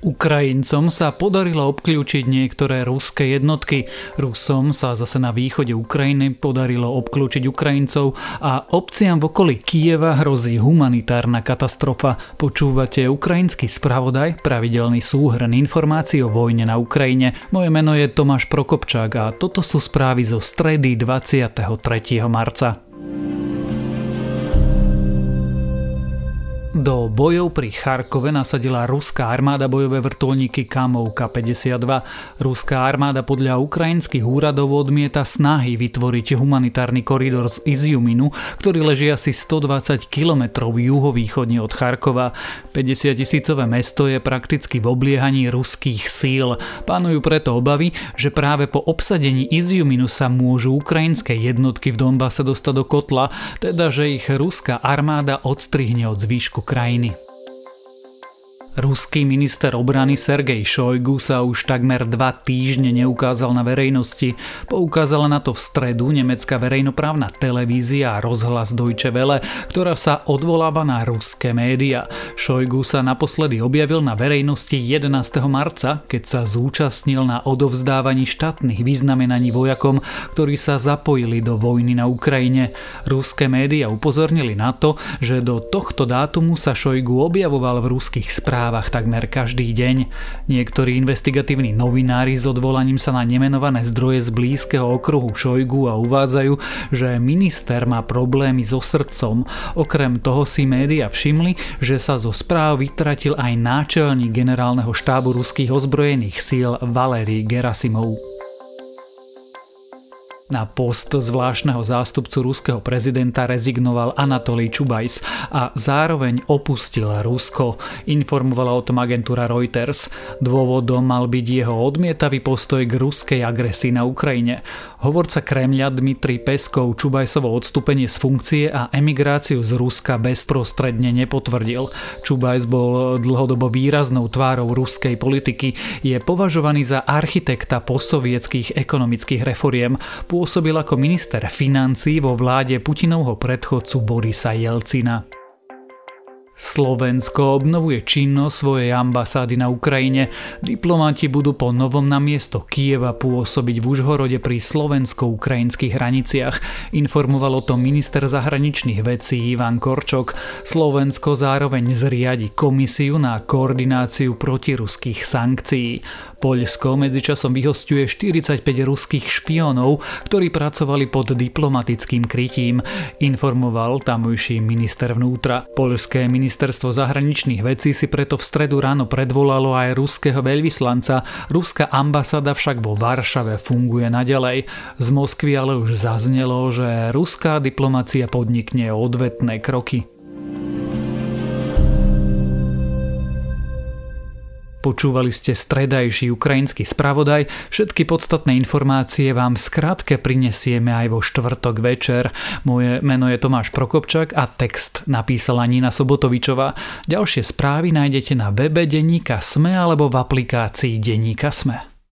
Ukrajincom sa podarilo obkľúčiť niektoré ruské jednotky. Rusom sa zase na východe Ukrajiny podarilo obkľúčiť Ukrajincov a obciam v okolí Kyjeva hrozí humanitárna katastrofa. Počúvate ukrajinský spravodaj, pravidelný súhrn informácií o vojne na Ukrajine. Moje meno je Tomáš Prokopčák a toto sú správy zo stredy 23. marca. Do bojov pri Charkove nasadila ruská armáda bojové vrtuľníky Kamovka-52. Ruská armáda podľa ukrajinských úradov odmieta snahy vytvoriť humanitárny koridor z Izjuminu, ktorý leží asi 120 km juhovýchodne od Charkova. 50-tisícové mesto je prakticky v obliehaní ruských síl. Panujú preto obavy, že práve po obsadení Izjuminu sa môžu ukrajinské jednotky v Donbase dostať do kotla, teda že ich ruská armáda odstrihne od zvyšku krajiny. Ruský minister obrany Sergej Šojgu sa už takmer 2 týždne neukázal na verejnosti. Poukázala na to v stredu nemecká verejnoprávna televízia a rozhlas Deutsche Welle, ktorá sa odvoláva na ruské médiá. Šojgu sa naposledy objavil na verejnosti 11. marca, keď sa zúčastnil na odovzdávaní štátnych vyznamenaní vojakom, ktorí sa zapojili do vojny na Ukrajine. Ruské médiá upozornili na to, že do tohto dátumu sa Šojgu objavoval v ruských správach takmer každý deň. Niektorí investigatívni novinári s odvolaním sa na nemenované zdroje z blízkeho okruhu Šojgu a uvádzajú, že minister má problémy so srdcom. Okrem toho si médiá všimli, že sa zo správ vytratil aj náčelník generálneho štábu ruských ozbrojených síl Valerij Gerasimov. Na post zvláštneho zástupcu ruského prezidenta rezignoval Anatolij Čubajs a zároveň opustil Rusko. Informovala o tom agentúra Reuters. Dôvodom mal byť jeho odmietavý postoj k ruskej agresii na Ukrajine. Hovorca Kremľa Dmitrij Peskov Čubajsovo odstúpenie z funkcie a emigráciu z Ruska bezprostredne nepotvrdil. Čubajs bol dlhodobo výraznou tvárou ruskej politiky. Je považovaný za architekta postsovietských ekonomických reforiem. Pôsobil ako minister financií vo vláde Putinovho predchodcu Borisa Jelcina. Slovensko obnovuje činnosť svojej ambasády na Ukrajine. Diplomati budú po novom na miesto Kyjeva pôsobiť v Užhorode pri slovensko-ukrajinských hraniciach. Informoval o tom minister zahraničných vecí Ivan Korčok. Slovensko zároveň zriadi komisiu na koordináciu protiruských sankcií. Poľsko medzičasom vyhosťuje 45 ruských špiónov, ktorí pracovali pod diplomatickým krytím, informoval tamojší minister vnútra. Poľské ministerstvo zahraničných vecí si preto v stredu ráno predvolalo aj ruského veľvyslanca. Ruská ambasáda však vo Varšave funguje naďalej. Z Moskvy ale už zaznelo, že ruská diplomacia podnikne odvetné kroky. Počúvali ste stredajší ukrajinský spravodaj. Všetky podstatné informácie vám skrátke prinesieme aj vo štvrtok večer. Moje meno je Tomáš Prokopčák a text napísala Nina Sobotovičová. Ďalšie správy nájdete na webe denníka SME alebo v aplikácii denníka SME.